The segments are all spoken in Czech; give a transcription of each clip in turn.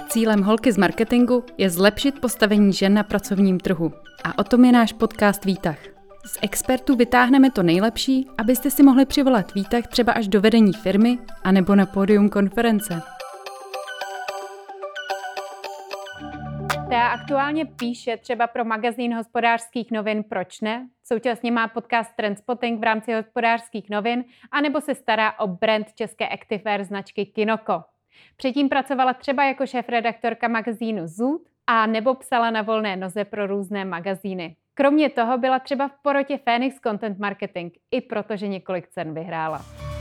Cílem Holky z marketingu je zlepšit postavení žen na pracovním trhu. A o tom je náš podcast Výtah. Z expertů vytáhneme to nejlepší, abyste si mohli přivolat výtah třeba až do vedení firmy anebo na pódium konference. Tea aktuálně píše třeba pro magazín Hospodářských novin Proč ne? Současně má podcast Trendspotting v rámci Hospodářských novin, anebo se stará o brand české activewear značky Kinoko. Předtím pracovala třeba jako šéfredaktorka magazínu Zoot a nebo psala na volné noze pro různé magazíny. Kromě toho byla třeba v porotě Phoenix Content Marketing, i protože několik cen vyhrála.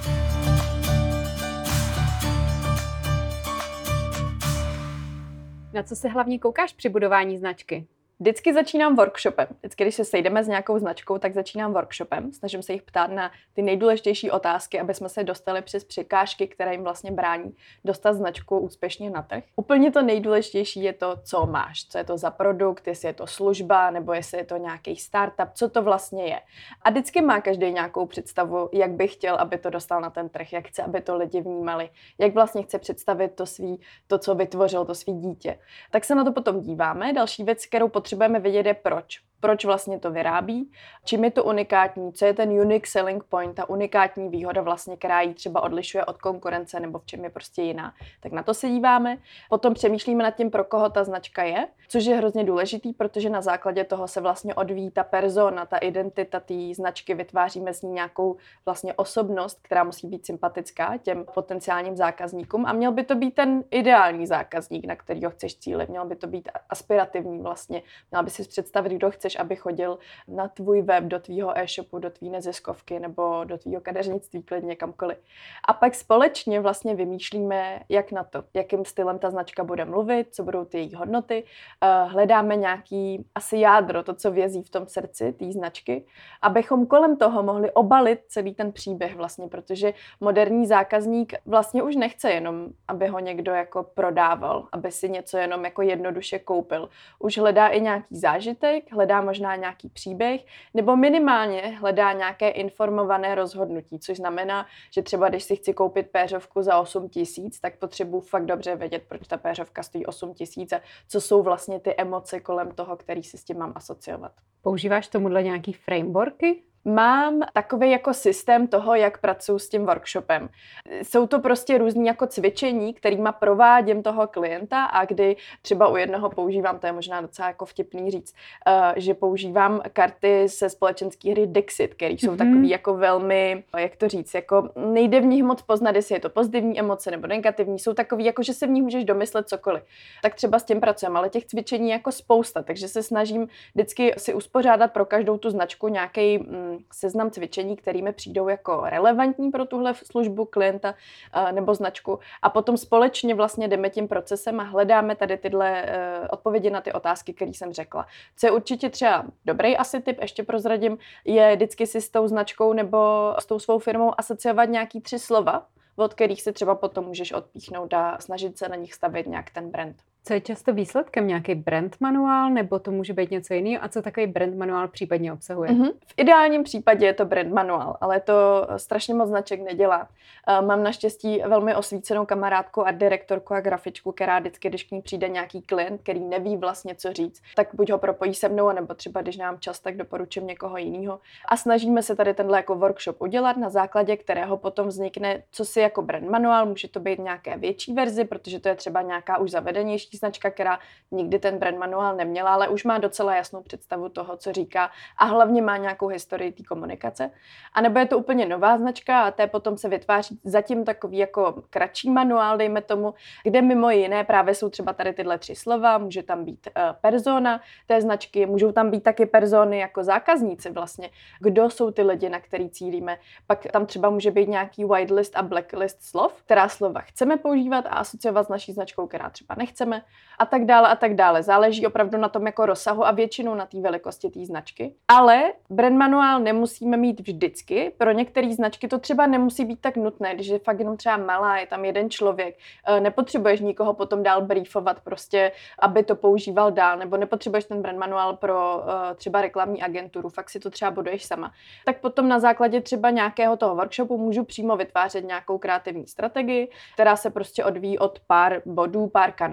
Na co se hlavně koukáš při budování značky? Vždycky začínám workshopem. Vždycky, když se sejdeme s nějakou značkou, tak začínám workshopem. Snažím se jich ptát na ty nejdůležitější otázky, aby jsme se dostali přes překážky, které jim vlastně brání dostat značku úspěšně na trh. Úplně to nejdůležitější je to, co máš. Co je to za produkt, jestli je to služba, nebo jestli je to nějaký startup, co to vlastně je. A vždycky má každý nějakou představu, jak by chtěl, aby to dostal na ten trh, jak chce, aby to lidi vnímali, jak vlastně chce představit to, co vytvořil, to svý dítě. Tak se na to potom díváme. Další věc, kterou potřebujeme vědět, je proč. Proč vlastně to vyrábí, čím je to unikátní, co je ten unique selling point, ta unikátní výhoda vlastně, která ji třeba odlišuje od konkurence nebo v čem je prostě jiná. Tak na to se díváme. Potom přemýšlíme nad tím, pro koho ta značka je, což je hrozně důležitý, protože na základě toho se vlastně odvíjí ta persona, ta identita té značky, vytváříme z ní nějakou vlastně osobnost, která musí být sympatická těm potenciálním zákazníkům a měl by to být ten ideální zákazník, na kterýho chceš cílit. Měl by to být aspirativní vlastně. Měla by si představit, kdo chceš, aby chodil na tvůj web, do tvýho e-shopu, do tvý neziskovky nebo do tvýho kadeřnictví, klidně kamkoliv. A pak společně vlastně vymýšlíme, jak na to, jakým stylem ta značka bude mluvit, co budou ty její hodnoty. Hledáme nějaký asi jádro, to, co vězí v tom srdci té značky, abychom kolem toho mohli obalit celý ten příběh vlastně, protože moderní zákazník vlastně už nechce jenom, aby ho někdo jako prodával, aby si něco jenom jako jednoduše koupil. Už hledá i nějaký zážitek, hledá možná nějaký příběh, nebo minimálně hledá nějaké informované rozhodnutí, což znamená, že třeba když si chci koupit péřovku za 8 000, tak potřebuji fakt dobře vědět, proč ta péřovka stojí 8 000 a co jsou vlastně ty emoce kolem toho, který si s tím mám asociovat. Používáš tomuhle nějaký frameworky? Mám takový jako systém toho, jak pracuji s tím workshopem. Jsou to prostě různý jako cvičení, kterýma provádím toho klienta a kdy třeba u jednoho používám, to je možná docela jako vtipný říct, že používám karty ze společenské hry Dixit, které jsou takový jako velmi, jak to říct, jako nejde v nich moc poznat, jestli je to pozitivní emoce nebo negativní, jsou takový, jako že se v nich můžeš domyslet cokoliv. Tak třeba s tím pracujeme, ale těch cvičení jako spousta, takže se snažím vždycky si uspořádat pro každou tu značku nějaký seznam cvičení, kterými přijdou jako relevantní pro tuhle službu klienta nebo značku a potom společně vlastně jdeme tím procesem a hledáme tady tyhle odpovědi na ty otázky, které jsem řekla. Co je určitě třeba dobrý asi tip, ještě prozradím, je vždycky si s tou značkou nebo s tou svou firmou asociovat nějaký 3 slova, od kterých se třeba potom můžeš odpíchnout a snažit se na nich stavět nějak ten brand. Co je často výsledkem? Nějaký brand manuál, nebo to může být něco jiného? A co takový brand manuál případně obsahuje? V ideálním případě je to brand manuál, ale to strašně moc značek nedělá. Mám naštěstí velmi osvícenou kamarádku a direktorku a grafičku, která vždycky, když k ní přijde nějaký klient, který neví vlastně co říct, tak buď ho propojí se mnou, nebo třeba když nemám čas, tak doporučím někoho jiného. A snažíme se tady tenhle jako workshop udělat, na základě kterého potom vznikne cosi jako brand manuál, může to být nějaké větší verzi, protože to je třeba nějaká už zavedenější značka, která nikdy ten brand manuál neměla, ale už má docela jasnou představu toho, co říká a hlavně má nějakou historii té komunikace. A nebo je to úplně nová značka a té potom se vytváří zatím takový jako kratší manuál, dejme tomu, kde mimo jiné právě jsou třeba tady tyhle 3 slova, může tam být persona té značky, můžou tam být taky persony jako zákazníci vlastně, kdo jsou ty lidi, na který cílíme. Pak tam třeba může být nějaký whitelist a blacklist slov, která slova chceme používat a asociovat s naší značkou, která třeba nechceme. A tak dále a tak dále. Záleží opravdu na tom jako rozsahu a většinou na té velikosti té značky. Ale brand manuál nemusíme mít vždycky. Pro některé značky to třeba nemusí být tak nutné, když je fakt jenom třeba malá, je tam jeden člověk. Nepotřebuješ nikoho potom dál briefovat prostě, aby to používal dál, nebo nepotřebuješ ten brand manuál pro třeba reklamní agenturu, fakt si to třeba buduješ sama. Tak potom na základě třeba nějakého toho workshopu můžu přímo vytvářet nějakou kreativní strategii, která se prostě odvíjí od pár bodů, pár kanálů,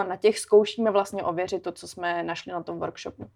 a na těch zkoušíme vlastně ověřit to, co jsme našli na tom workshopu.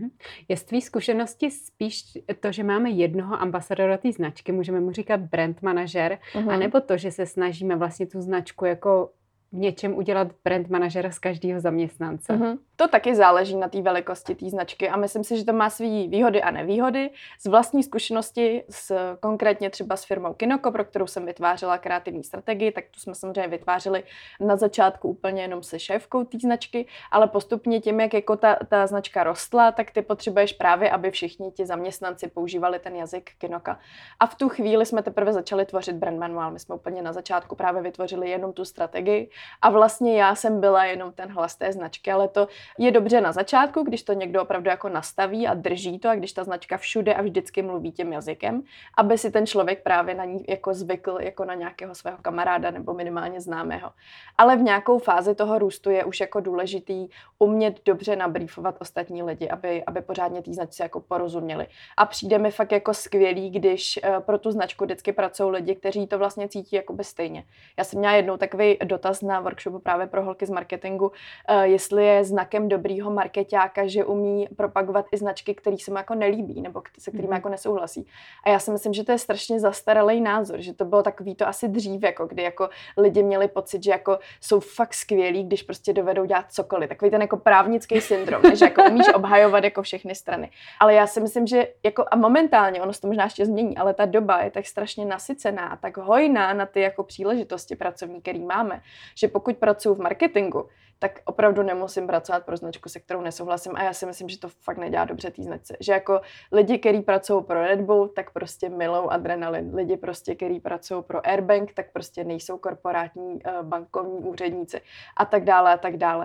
Je z tvý zkušenosti spíš to, že máme jednoho ambasadora té značky, můžeme mu říkat brand manažer, anebo to, že se snažíme vlastně tu značku jako v něčem udělat brand manažera z každého zaměstnance? To taky záleží na té velikosti té značky a myslím si, že to má svý výhody a nevýhody. Z vlastní zkušenosti konkrétně třeba s firmou Kinoko, pro kterou jsem vytvářela kreativní strategii, tak tu jsme samozřejmě vytvářeli na začátku úplně jenom se šéfkou té značky, ale postupně tím, jak jako ta značka rostla, tak ty potřebuješ právě, aby všichni ti zaměstnanci používali ten jazyk Kinoka. A v tu chvíli jsme teprve začali tvořit brand manuál. My jsme úplně na začátku právě vytvořili jenom tu strategii a vlastně já jsem byla jenom ten hlas té značky, ale to je dobře na začátku, když to někdo opravdu jako nastaví a drží to a když ta značka všude a vždycky mluví tím jazykem, aby si ten člověk právě na ní jako zvykl jako na nějakého svého kamaráda nebo minimálně známého. Ale v nějakou fázi toho růstu je už jako důležitý umět dobře nabrýfovat ostatní lidi, aby pořádně té značce jako porozuměli. A přijde mi fakt jako skvělý, když pro tu značku vždycky pracují lidi, kteří to vlastně cítí jakoby stejně. Já jsem měla jednou takový dotaz na workshopu právě pro holky z marketingu, jestli je znakem dobrýho markeťáka, že umí propagovat i značky, které se mu jako nelíbí nebo se kterými jako nesouhlasí. A já si myslím, že to je strašně zastaralý názor, že to bylo takový to asi dřív, jako kdy jako lidi měli pocit, že jako jsou fakt skvělí, když prostě dovedou dělat cokoliv. Takový ten jako právnický syndrom, že jako umíš obhajovat jako všechny strany. Ale já si myslím, že jako a momentálně ono se to možná ještě změní, ale ta doba je tak strašně nasycená a tak hojná na ty jako příležitosti pracovní, který máme, že pokud pracuji v marketingu, tak opravdu nemusím pracovat pro značku, se kterou nesouhlasím a já si myslím, že to fakt nedělá dobře té značce. Že jako lidi, kteří pracují pro Red Bull, tak prostě milou adrenalin. Lidi prostě, kteří pracují pro Airbank, tak prostě nejsou korporátní bankovní úředníci a tak dále a tak dále.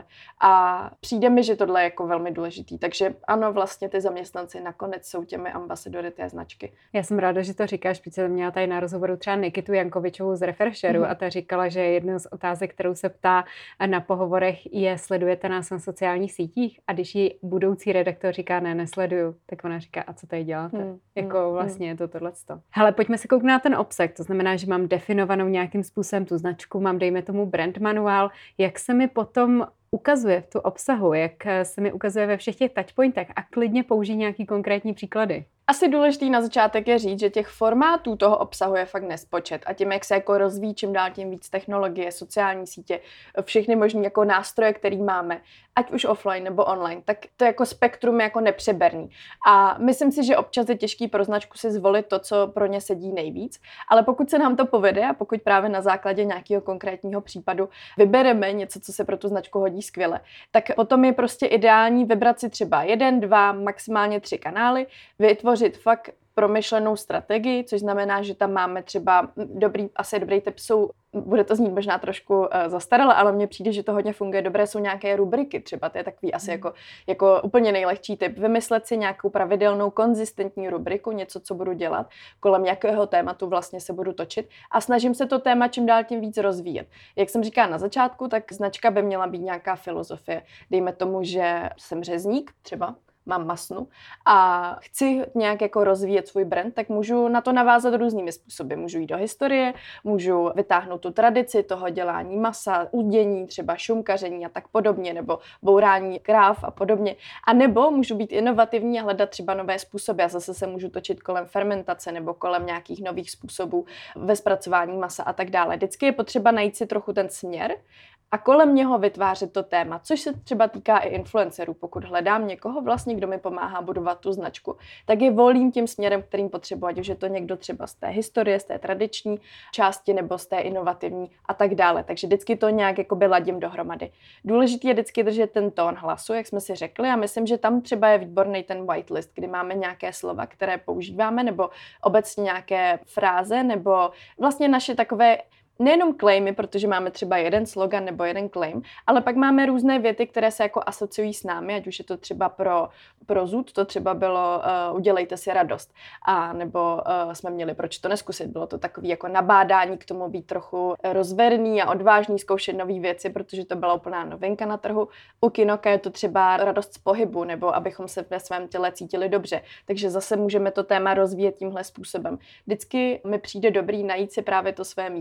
A přijde mi, že tohle je jako velmi důležitý. Takže ano, vlastně ty zaměstnanci nakonec jsou těmi ambasadory té značky. Já jsem ráda, že to říkáš, protože jsem měla tady na rozhovoru třeba Nikitu Jankovičovou z Refresheru a ta říkala, že jednou z otázek, kterou se ptá na pohovorech, je, sledujete nás na sociálních sítích? A když jí budoucí redaktor říká, ne, nesleduju, tak ona říká, a co tady děláte? Jako vlastně je to tohleto. Hele, pojďme si kouknout na ten obsah. To znamená, že mám definovanou nějakým způsobem tu značku, mám, dejme tomu, brand manuál. Jak se mi potom ukazuje v tu obsahu, jak se mi ukazuje ve všech těch touchpointech a klidně použij nějaký konkrétní příklady. Asi důležitý na začátek je říct, že těch formátů toho obsahu je fakt nespočet a tím, jak se jako rozvíjí čím dál tím víc technologie, sociální sítě, všechny možný jako nástroje, který máme, ať už offline nebo online, tak to jako spektrum je jako nepřeberný. A myslím si, že občas je těžký pro značku si zvolit to, co pro ně sedí nejvíc, ale pokud se nám to povede a pokud právě na základě nějakého konkrétního případu vybereme něco, co se pro tu značku hodí skvěle, tak potom je prostě ideální vybrat si třeba 1, 2, maximálně 3 kanály, vytvořit fakt promyšlenou strategii, což znamená, že tam máme třeba dobrý tip jsou, bude to znít možná trošku zastarale, ale mně přijde, že to hodně funguje. Dobré jsou nějaké rubriky, třeba to je takový asi jako úplně nejlehčí tip. Vymyslet si nějakou pravidelnou, konzistentní rubriku, něco, co budu dělat, kolem jakého tématu vlastně se budu točit a snažím se to téma čím dál tím víc rozvíjet. Jak jsem říkala na začátku, tak značka by měla být nějaká filozofie. Dejme tomu, že jsem řezník třeba, mám masnu a chci nějak jako rozvíjet svůj brand, tak můžu na to navázat různými způsoby. Můžu jít do historie, můžu vytáhnout tu tradici toho dělání masa, udění, třeba šumkaření a tak podobně, nebo bourání kráv a podobně. A nebo můžu být inovativní a hledat třeba nové způsoby. Já zase se můžu točit kolem fermentace nebo kolem nějakých nových způsobů ve zpracování masa a tak dále. Vždycky je potřeba najít si trochu ten směr a kolem něho vytvářet to téma, což se třeba týká i influencerů. Pokud hledám někoho vlastně, kdo mi pomáhá budovat tu značku, tak je volím tím směrem, kterým potřebuji, ať už je to někdo třeba z té historie, z té tradiční části nebo z té inovativní a tak dále. Takže vždycky to nějak jakoby ladím dohromady. Důležitý je vždycky držet ten tón hlasu, jak jsme si řekli, a myslím, že tam třeba je výborný ten whitelist, kdy máme nějaké slova, které používáme, nebo obecně nějaké fráze, nebo vlastně naše takové nejenom claimy, protože máme třeba jeden slogan nebo jeden claim, ale pak máme různé věty, které se jako asociují s námi, ať už je to třeba pro zud, to třeba bylo udělejte si radost, a nebo jsme měli proč to neskusit, bylo to takový jako nabádání k tomu být trochu rozverný a odvážný, zkoušet nové věci, protože to byla úplná novinka na trhu. U Kinoka je to třeba radost z pohybu, nebo abychom se ve svém těle cítili dobře, takže zase můžeme to téma rozvíjet tímhle způsobem. Vždycky mi přijde dobrý najít si právě to své místo, tu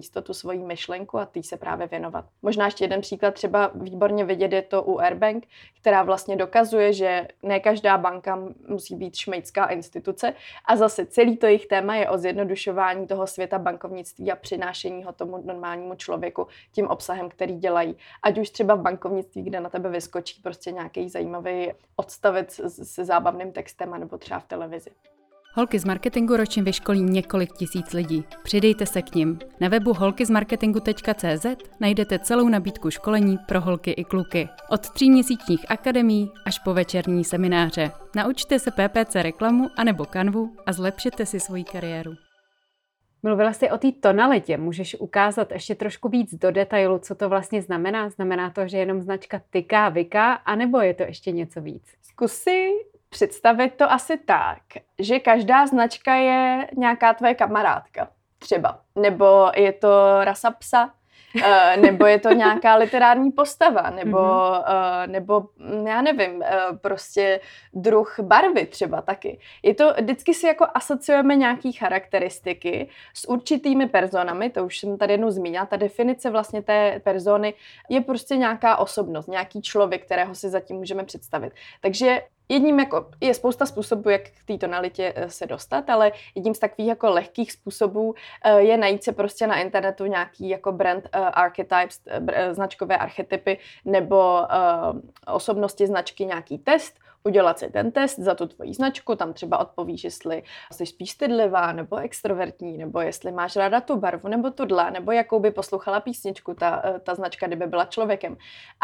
svoji myšlenku a tý se právě věnovat. Možná ještě jeden příklad, třeba výborně vidět je to u Airbank, která vlastně dokazuje, že ne každá banka musí být šmejdská instituce a zase celý to jejich téma je o zjednodušování toho světa bankovnictví a přinášení ho tomu normálnímu člověku tím obsahem, který dělají. Ať už třeba v bankovnictví, kde na tebe vyskočí prostě nějaký zajímavý odstavec se zábavným textem, nebo třeba v televizi. Holky z marketingu ročně vyškolí několik tisíc lidí. Přidejte se k nim. Na webu holkyzmarketingu.cz najdete celou nabídku školení pro holky i kluky. Od 3měsíčních akademií až po večerní semináře. Naučte se PPC reklamu anebo Canvu a zlepšete si svoji kariéru. Mluvila jsi o té tonalitě. Můžeš ukázat ještě trošku víc do detailu, co to vlastně znamená? Znamená to, že jenom značka tyká, vyká, anebo je to ještě něco víc? Zkus si představit to asi tak, že každá značka je nějaká tvoje kamarádka třeba. Nebo je to rasa psa, nebo je to nějaká literární postava, nebo já nevím, prostě druh barvy třeba taky. Je to, vždycky si jako asociujeme nějaký charakteristiky s určitými personami, to už jsem tady jednou zmínila, ta definice vlastně té persony je prostě nějaká osobnost, nějaký člověk, kterého si zatím můžeme představit. Takže jedním jako je spousta způsobů, jak k té tonalitě se dostat, ale jedním z takových jako lehkých způsobů je najít se prostě na internetu nějaký jako brand archetypes, značkové archetypy nebo osobnosti značky, nějaký test, udělat si ten test za tu tvoji značku, tam třeba odpovíš, jestli jsi spíš stydlivá nebo extrovertní, nebo jestli máš ráda tu barvu nebo tudla, nebo jakou by poslouchala písničku ta značka, kdyby byla člověkem.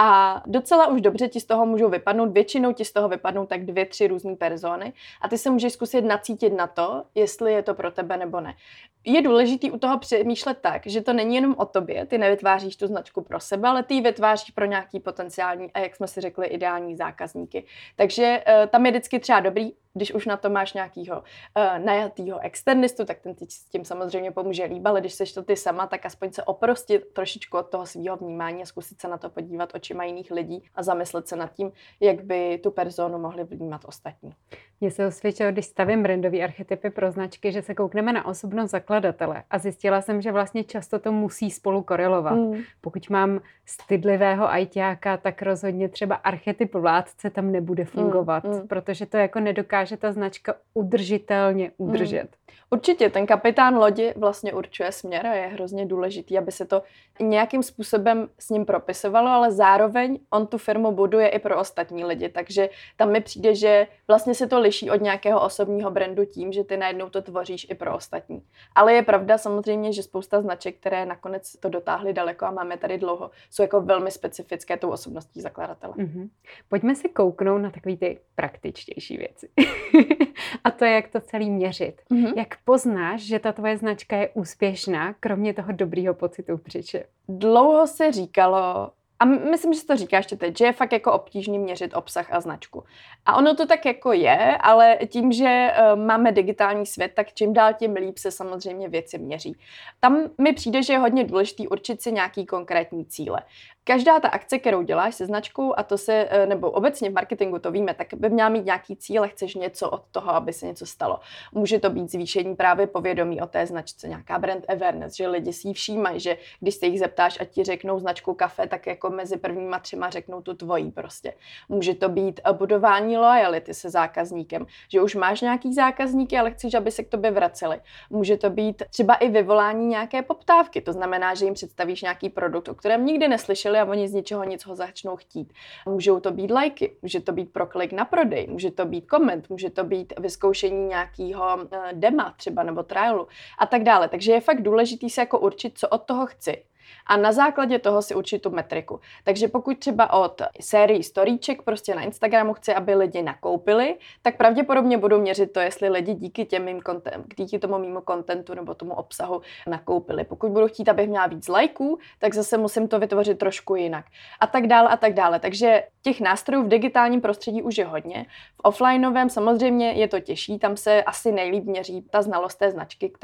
A docela už dobře ti z toho můžou vypadnout, většinou ti z toho vypadnou tak 2-3 různý persony a ty se můžeš zkusit nacítit na to, jestli je to pro tebe nebo ne. Je důležitý u toho přemýšlet tak, že to není jenom o tobě, ty nevytváříš tu značku pro sebe, ale ty ji vytváříš pro nějaký potenciální a jak jsme si řekli, ideální zákazníky. Takže tam je vždycky třeba dobrý, když už na to máš nějakýho najatýho externistu, tak ten ti s tím samozřejmě pomůže líp, ale když seš to ty sama, tak aspoň se oprostit trošičku od toho svého vnímání a zkusit se na to podívat očima jiných lidí a zamyslet se nad tím, jak by tu personu mohli vnímat ostatní. Mně se osvědčilo, když stavím brandové archetypy pro značky, že se koukneme na osobnost zakladatele a zjistila jsem, že vlastně často to musí spolu korelovat. Pokud mám stydlivého ajťáka, tak rozhodně třeba archetyp vládce tam nebude fungovat, protože to jako nedokáže ta značka udržitelně udržet. Určitě, ten kapitán lodi vlastně určuje směr a je hrozně důležitý, aby se to nějakým způsobem s ním propisovalo, ale zároveň on tu firmu buduje i pro ostatní lidi, takže tam mi přijde, že vlastně se to liší od nějakého osobního brandu tím, že ty najednou to tvoříš i pro ostatní. Ale je pravda samozřejmě, že spousta značek, které nakonec to dotáhly daleko a máme tady dlouho, jsou jako velmi specifické tou osobností zakladatele. Pojďme si kouknout na takové ty praktičtější věci. A to je, jak to celý měřit. Jak poznáš, že ta tvoje značka je úspěšná, kromě toho dobrýho pocitu v břiše? Dlouho se říkalo, a myslím, že se to říká ještě teď, že je fakt jako obtížný měřit obsah a značku. A ono to tak jako je, ale tím, že máme digitální svět, tak čím dál tím líp se samozřejmě věci měří. Tam mi přijde, že je hodně důležitý určit si nějaký konkrétní cíle. Každá ta akce, kterou děláš se značkou, a to se, nebo obecně v marketingu to víme, tak by měla mít nějaký cíl, chceš něco od toho, aby se něco stalo. Může to být zvýšení právě povědomí o té značce, nějaká brand awareness, že lidi si ji všímají, že když se jich zeptáš a ti řeknou značku kafe, tak jako mezi prvníma 3 řeknou tu tvojí prostě. Může to být budování loyalty se zákazníkem, že už máš nějaký zákazníky, ale chceš, aby se k tobě vraceli. Může to být třeba i vyvolání nějaké poptávky, to znamená, že jim představíš nějaký produkt, o kterém nikdy neslyšeli a oni z ničeho nic ho začnou chtít. Můžou to být lajky, může to být proklik na prodej, může to být koment, může to být vyzkoušení nějakého dema třeba nebo trialu a tak dále. Takže je fakt důležitý se jako určit, co od toho chci. A na základě toho si určit tu metriku. Takže pokud třeba od sérii storíček prostě na Instagramu chci, aby lidi nakoupili, tak pravděpodobně budu měřit to, jestli lidi díky tomu mému kontentu nebo tomu obsahu nakoupili. Pokud budu chtít, abych měla víc lajků, tak zase musím to vytvořit trošku jinak. A tak dále a tak dále. Takže těch nástrojů v digitálním prostředí už je hodně. V offlineovém samozřejmě je to těžší, tam se asi nejlíp měří ta znalost té značky, kterou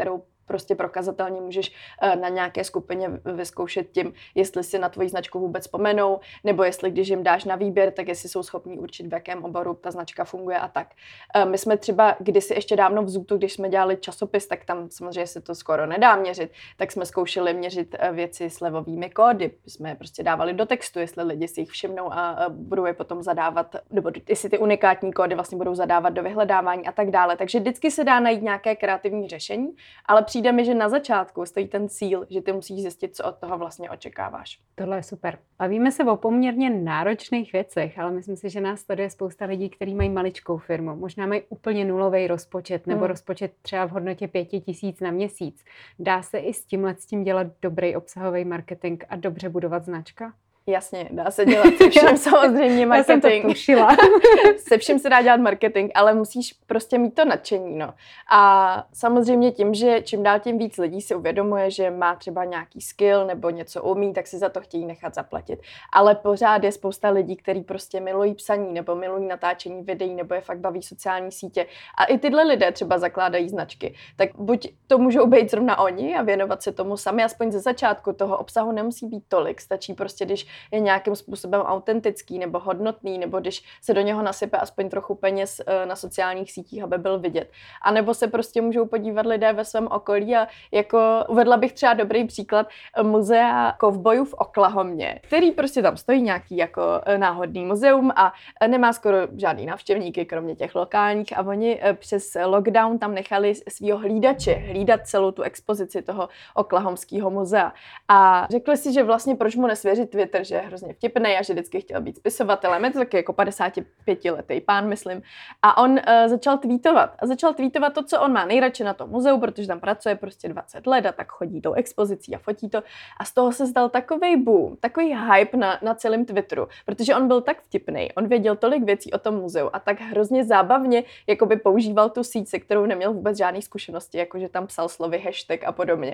prostě prokazatelně můžeš na nějaké skupině vyzkoušet tím, jestli si na tvoji značku vůbec vzpomenou, nebo jestli když jim dáš na výběr, tak jestli jsou schopní určit, v jakém oboru ta značka funguje a tak. My jsme třeba kdysi ještě dávno v Zootu, když jsme dělali časopis, tak tam samozřejmě se to skoro nedá měřit, tak jsme zkoušeli měřit věci slevovými kódy. Jsme je prostě dávali do textu, jestli lidi si jich všimnou a budou je potom zadávat, nebo jestli ty unikátní kódy vlastně budou zadávat do vyhledávání a tak dále. Takže vždycky se dá najít nějaké kreativní řešení, ale přijde mi, že na začátku stojí ten cíl, že ty musíš zjistit, co od toho vlastně očekáváš. Tohle je super. Bavíme se o poměrně náročných věcech, ale myslím si, že nás sleduje spousta lidí, kteří mají maličkou firmu. Možná mají úplně nulový rozpočet nebo rozpočet třeba v hodnotě 5 000 na měsíc. Dá se i s tím dělat dobrý obsahový marketing a dobře budovat značka? Jasně, dá se dělat se všem samozřejmě marketing. Já jsem to tušila. Se všem se dá dělat marketing, ale musíš prostě mít to nadšení, no. A samozřejmě tím, že čím dál tím víc lidí si uvědomuje, že má třeba nějaký skill nebo něco umí, tak si za to chtějí nechat zaplatit. Ale pořád je spousta lidí, kteří prostě milují psaní nebo milují natáčení videí nebo je fakt baví sociální sítě. A i tyhle lidé třeba zakládají značky. Tak buď to můžou být zrovna oni a věnovat se tomu sami, aspoň ze začátku toho obsahu nemusí být tolik. Stačí prostě, když je nějakým způsobem autentický nebo hodnotný, nebo když se do něho nasype aspoň trochu peněz na sociálních sítích, aby byl vidět. A nebo se prostě můžou podívat lidé ve svém okolí a jako uvedla bych třeba dobrý příklad muzea kovbojů v Oklahomě, který prostě tam stojí nějaký jako náhodný muzeum a nemá skoro žádný návštěvníky, kromě těch lokálních, a oni přes lockdown tam nechali svýho hlídače hlídat celou tu expozici toho oklahomského muzea. A řekli si, že vlastně proč mu nesvěřit Twitter, že je hrozně vtipnej a že vždycky chtěl být spisovatelem. Je to taky jako 55letý pán, myslím. A on začal tweetovat. A začal tweetovat to, co on má nejradši na tom muzeu, protože tam pracuje prostě 20 let a tak chodí tou expozicí a fotí to. A z toho se stal takovej boom, takový hype na celém Twitteru, protože on byl tak vtipnej. On věděl tolik věcí o tom muzeu a tak hrozně zábavně jakoby používal tu síť, se kterou neměl vůbec žádný zkušenosti, jakože tam psal slovy hashtag a podobně,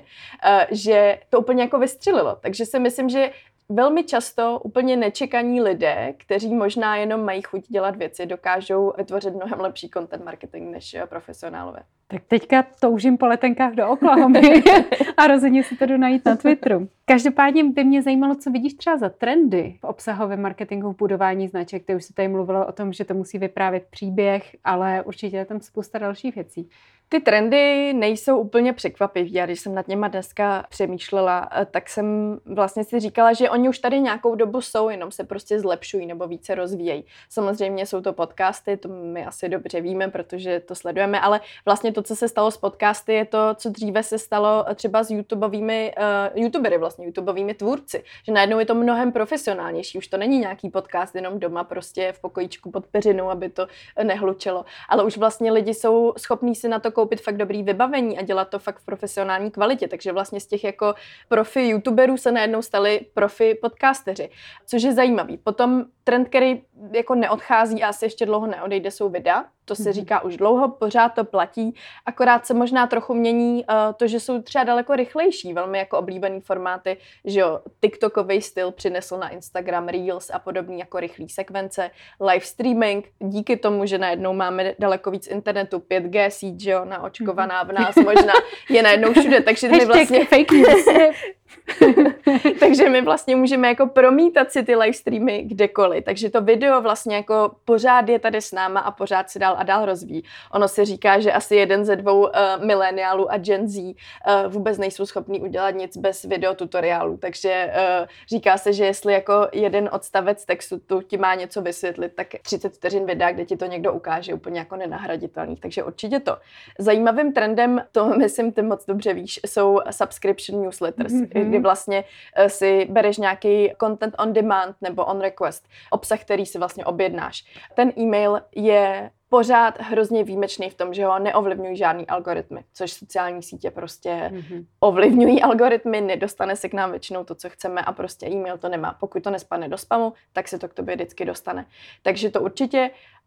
že to úplně jako vystřelilo. Takže si myslím, že velmi často úplně nečekaní lidé, kteří možná jenom mají chuť dělat věci, dokážou vytvořit mnohem lepší content marketing než profesionálové. Tak teďka toužím po letenkách do Oklahomy a rozhodně si to jdu najít na Twitteru. Každopádně by mě zajímalo, co vidíš třeba za trendy v obsahovém marketingu, v budování značek. Ty už se tady mluvilo o tom, že to musí vyprávět příběh, ale určitě je tam spousta dalších věcí. Ty trendy nejsou úplně překvapivý. A když jsem nad něma dneska přemýšlela, tak jsem vlastně si říkala, že oni už tady nějakou dobu jsou, jenom se prostě zlepšují nebo více rozvíjejí. Samozřejmě jsou to podcasty, to my asi dobře víme, protože to sledujeme, ale vlastně to, co se stalo s podcasty, je to, co dříve se stalo třeba s YouTuberovými tvůrci. Že najednou je to mnohem profesionálnější. Už to není nějaký podcast jenom doma, prostě v pokojíčku pod peřinou, aby to nehlučelo. Ale už vlastně lidi jsou schopní si na to koupit fakt dobrý vybavení a dělat to fakt v profesionální kvalitě. Takže vlastně z těch jako profi youtuberů se najednou stali profi podcasteři, což je zajímavý. Potom trend, který jako neodchází a asi ještě dlouho neodejde, jsou videa. To se říká už dlouho, pořád to platí, akorát se možná trochu mění to, že jsou třeba daleko rychlejší, velmi jako oblíbený formáty, že jo, TikTokový styl přinesl na Instagram Reels a podobný jako rychlý sekvence, live streaming, díky tomu, že najednou máme daleko víc internetu, 5G síť, že jo, naočkovaná v nás možná je najednou všude, takže my vlastně fake news. Takže my vlastně můžeme jako promítat si ty live streamy kdekoliv. Takže to video vlastně jako pořád je tady s náma a pořád se dál a dál rozvíjí. Ono se říká, že asi 1 ze 2 mileniálů a Gen Z vůbec nejsou schopní udělat nic bez videotutoriálu. Takže říká se, že jestli jako jeden odstavec textu ti má něco vysvětlit, tak 30 vteřin videa, kde ti to někdo ukáže, úplně jako nenahraditelný. Takže určitě to. Zajímavým trendem, to myslím, ty moc dobře víš, jsou subscription newsletters, kdy vlastně si bereš nějaký content on demand nebo on request, obsah, který si vlastně objednáš. Ten e-mail je pořád hrozně výjimečný v tom, že ho neovlivňují žádný algoritmy, což sociální sítě prostě ovlivňují algoritmy, nedostane se k nám většinou to, co chceme a prostě e-mail to nemá. Pokud to nespadne do spamu, tak se to k tobě vždycky dostane. Takže to určitě.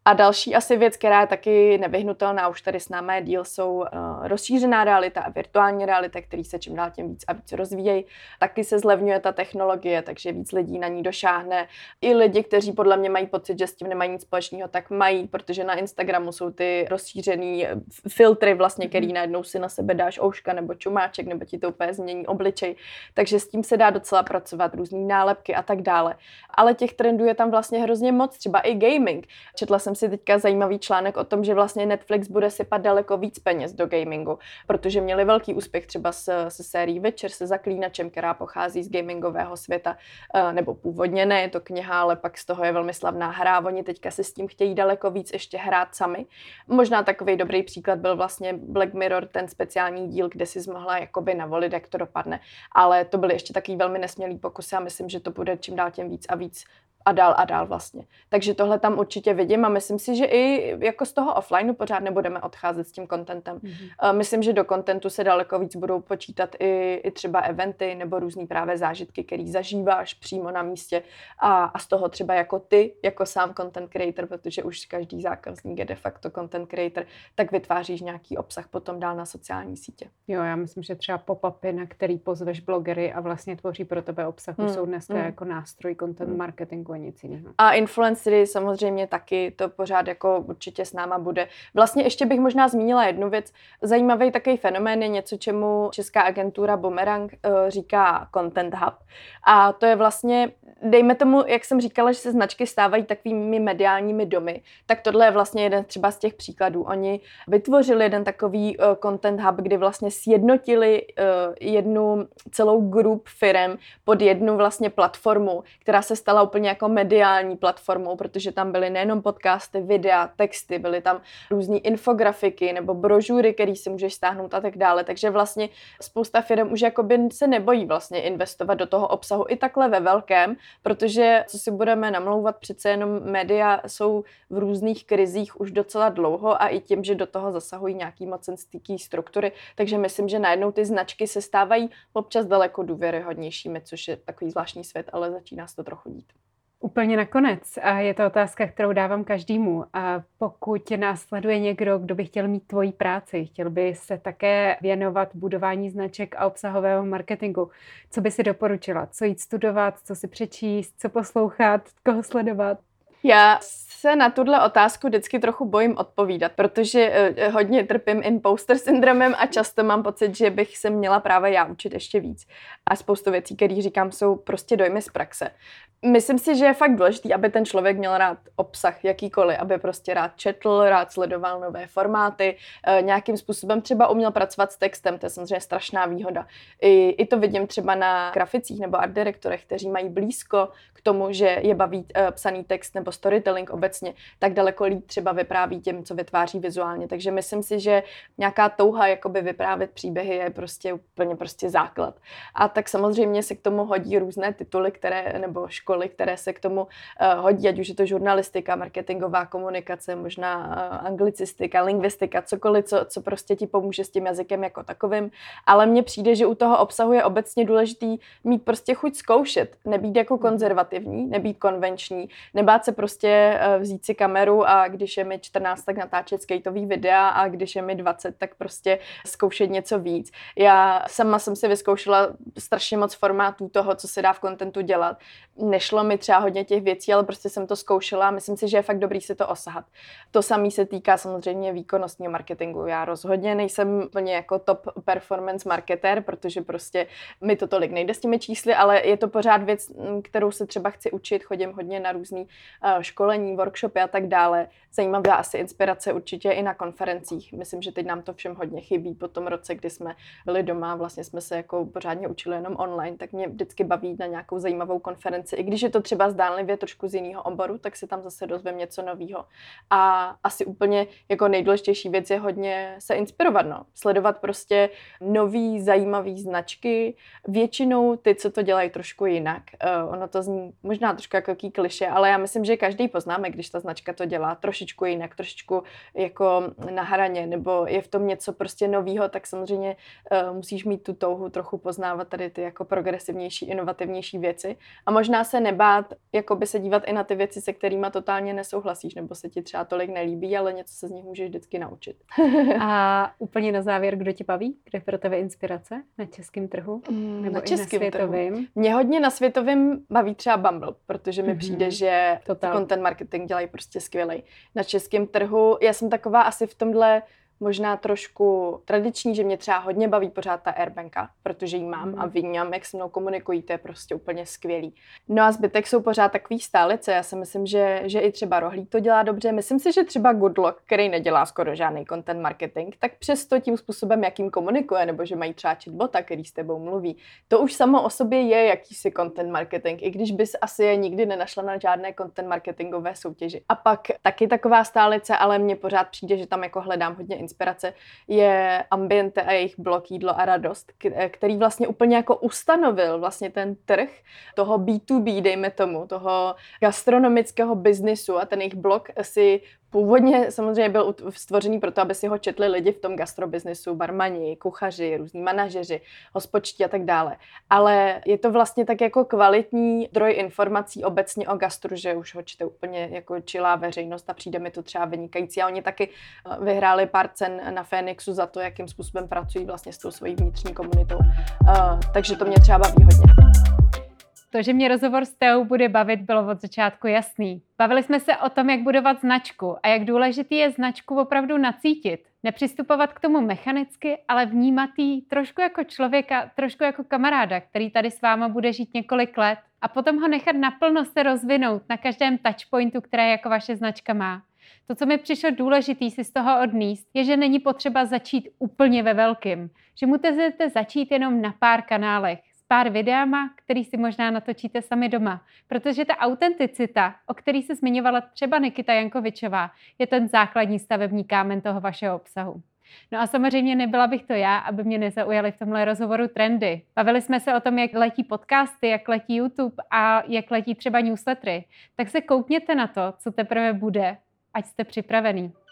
A další asi věc, která je taky nevyhnutelná, už tady s námi je díl, jsou rozšířená realita a virtuální realita, který se čím dál tím víc a víc rozvíjejí. Taky se zlevňuje ta technologie, takže víc lidí na ní došáhne. I lidi, kteří podle mě mají pocit, že s tím nemají nic společného, tak mají, protože na Instagramu jsou ty rozšířený filtry vlastně, který najednou si na sebe dáš ouška nebo čumáček, nebo ti to úplně změní obličej. Takže s tím se dá docela pracovat, různý nálepky a tak dále. Ale těch trendů je tam vlastně hrozně moc, třeba i gaming. Četla jsem si teďka zajímavý článek o tom, že vlastně Netflix bude sypat daleko víc peněz do gamingu, protože měli velký úspěch třeba se sérií Witcher, se Zaklínačem, která pochází z gamingového světa, nebo původně ne, je to kniha, ale pak z toho je velmi slavná hra. Oni teďka se s tím chtějí daleko víc ještě hrát sami. Možná takový dobrý příklad byl vlastně Black Mirror, ten speciální díl, kde si mohla jakoby navolit, jak to dopadne. Ale to byly ještě takový velmi nesmělý pokusy a myslím, že to bude čím dál tím víc a víc a dál vlastně. Takže tohle tam určitě vidím a myslím si, že i jako z toho offlineu pořád nebudeme odcházet s tím contentem. Myslím, že do contentu se daleko víc budou počítat i třeba eventy nebo různý právě zážitky, který zažíváš přímo na místě a z toho třeba jako ty, jako sám content creator, protože už každý zákazník je de facto content creator, tak vytváříš nějaký obsah potom dál na sociální sítě. Jo, já myslím, že třeba pop-upy, na který pozveš blogery a vlastně tvoří pro tebe obsah, jsou dneska jako nástroj content marketingu. Nic jiného. A influencery samozřejmě taky, to pořád jako určitě s náma bude. Vlastně ještě bych možná zmínila jednu věc. Zajímavý takový fenomén je něco, čemu česká agentura Boomerang říká Content Hub. A to je vlastně, dejme tomu, jak jsem říkala, že se značky stávají takovými mediálními domy, tak tohle je vlastně jeden třeba z těch příkladů. Oni vytvořili jeden takový Content Hub, kdy vlastně sjednotili jednu celou grup firem pod jednu vlastně platformu, která se stala úplně jako mediální platformou, protože tam byly nejenom podcasty, videa, texty, byly tam různý infografiky nebo brožury, který si můžeš stáhnout a tak dále. Takže vlastně spousta firm už jakoby se nebojí vlastně investovat do toho obsahu i takhle ve velkém, protože co si budeme namlouvat, přece jenom média jsou v různých krizích už docela dlouho a i tím, že do toho zasahují nějaký mocenský struktury, takže myslím, že najednou ty značky se stávají občas daleko důvěryhodnějšími, což je takový zvláštní svět, ale začíná se to trochu dít. Úplně nakonec. A je to otázka, kterou dávám každému. A pokud nás sleduje někdo, kdo by chtěl mít tvoji práci, chtěl by se také věnovat budování značek a obsahového marketingu, co by si doporučila? Co jít studovat, co si přečíst, co poslouchat, koho sledovat? Já se na tuhle otázku vždycky trochu bojím odpovídat, protože hodně trpím imposter syndromem a často mám pocit, že bych se měla právě já učit ještě víc. A spoustu věcí, které říkám, jsou prostě dojmy z praxe. Myslím si, že je fakt důležité, aby ten člověk měl rád obsah jakýkoliv, aby prostě rád četl, rád sledoval nové formáty, nějakým způsobem třeba uměl pracovat s textem, to je samozřejmě strašná výhoda. I to vidím třeba na graficích nebo art direktorech, kteří mají blízko k tomu, že je baví psaný text nebo storytelling obecně, tak daleko líp třeba vypráví těm, co vytváří vizuálně. Takže myslím si, že nějaká touha jakoby vyprávět příběhy je prostě úplně prostě základ. A tak samozřejmě se k tomu hodí různé tituly, nebo školy, které se k tomu hodí, ať už je to žurnalistika, marketingová komunikace, možná anglicistika, lingvistika, cokoliv, co prostě ti pomůže s tím jazykem jako takovým. Ale mně přijde, že u toho obsahu je obecně důležitý mít prostě chuť zkoušet, nebýt jako konzervativní, nebýt konvenční, nebát se prostě vzít si kameru a když je mi 14, tak natáčet skateový videa a když je mi 20, tak prostě zkoušet něco víc. Já sama jsem si vyzkoušela strašně moc formátů toho, co se dá v kontentu dělat. Nešlo mi třeba hodně těch věcí, ale prostě jsem to zkoušela a myslím si, že je fakt dobrý si to osahat. To samé se týká samozřejmě výkonnostního marketingu. Já rozhodně nejsem úplně jako top performance marketér, protože prostě mi to tolik nejde s těmi čísly, ale je to pořád věc, kterou se třeba chci učit, chodím hodně na různý školení, workshopy a tak dále. Zajímavá asi inspirace určitě i na konferencích. Myslím, že teď nám to všem hodně chybí po tom roce, kdy jsme byli doma, vlastně jsme se jako pořádně učili jenom online, tak mě vždycky baví na nějakou zajímavou konferenci. I když je to třeba zdánlivě trošku z jiného oboru, tak si tam zase dozvím něco nového. A asi úplně jako nejdůležitější věc je hodně se inspirovat, no. Sledovat prostě nový, zajímavý značky, většinou ty, co to dělají trošku jinak. Ono to zní možná trošku jako jaký klišé, ale já myslím, že každý poznáme, když ta značka to dělá trošičku jinak, trošičku jako na hraně, nebo je v tom něco prostě novýho, tak samozřejmě musíš mít tu touhu trochu poznávat tady ty jako progresivnější, inovativnější věci a možná se nebát jakoby se dívat i na ty věci, se kterými totálně nesouhlasíš, nebo se ti třeba tolik nelíbí, ale něco se z nich můžeš vždycky naučit. A úplně na závěr, kdo tě baví? Kde je pro tebe inspirace na českém trhu? Nebo Na českém i na světovém? trhu. Mě hodně na světovém baví třeba Bumble, protože mi přijde, že content marketing dělají prostě skvělej. Na českém trhu, já jsem taková asi v tomhle možná trošku tradiční, že mě třeba hodně baví pořád ta Airbanka, protože ji mám a vnímám, jak se mnou komunikují, to je prostě úplně skvělý. No a zbytek jsou pořád takový stálice, já si myslím, že i třeba Rohlík to dělá dobře, myslím si, že třeba Goodlock, který nedělá skoro žádný content marketing, tak přesto tím způsobem, jakým komunikuje, nebo že mají třeba chatbota, který s tebou mluví, to už samo o sobě je jakýsi content marketing, i když bys asi je nikdy nenašla na žádné content marketingové soutěži. A pak taky taková stálice, ale mně pořád přijde, že tam jako hledám hodně inspirace, je Ambiente a jejich blog Jídlo a radost, který vlastně úplně jako ustanovil vlastně ten trh toho B2B, dejme tomu, toho gastronomického biznisu a ten jejich blog si původně samozřejmě byl stvořený proto, aby si ho četli lidi v tom gastrobiznisu, barmani, kuchaři, různí manažeři, hospodští a tak dále. Ale je to vlastně tak jako kvalitní zdroj informací obecně o gastru, že už ho čte úplně jako čilá veřejnost a přijde mi to třeba vynikající. A oni taky vyhráli pár cen na Fénixu za to, jakým způsobem pracují vlastně s tou svojí vnitřní komunitou. Takže to mě třeba baví hodně. To, že mě rozhovor s Teou bude bavit, bylo od začátku jasný. Bavili jsme se o tom, jak budovat značku a jak důležitý je značku opravdu nacítit. Nepřistupovat k tomu mechanicky, ale vnímat ji trošku jako člověka, trošku jako kamaráda, který tady s váma bude žít několik let a potom ho nechat naplno se rozvinout na každém touchpointu, které jako vaše značka má. To, co mi přišlo důležitý si z toho odníst, je, že není potřeba začít úplně ve velkým. Že můžete začít jenom na pár kanálech. Pár videama, který si možná natočíte sami doma. Protože ta autenticita, o který se zmiňovala třeba Nikita Jankovičová, je ten základní stavební kámen toho vašeho obsahu. No a samozřejmě nebyla bych to já, aby mě nezaujaly v tomhle rozhovoru trendy. Bavili jsme se o tom, jak letí podcasty, jak letí YouTube a jak letí třeba newslettery. Tak se koukněte na to, co teprve bude, ať jste připravený.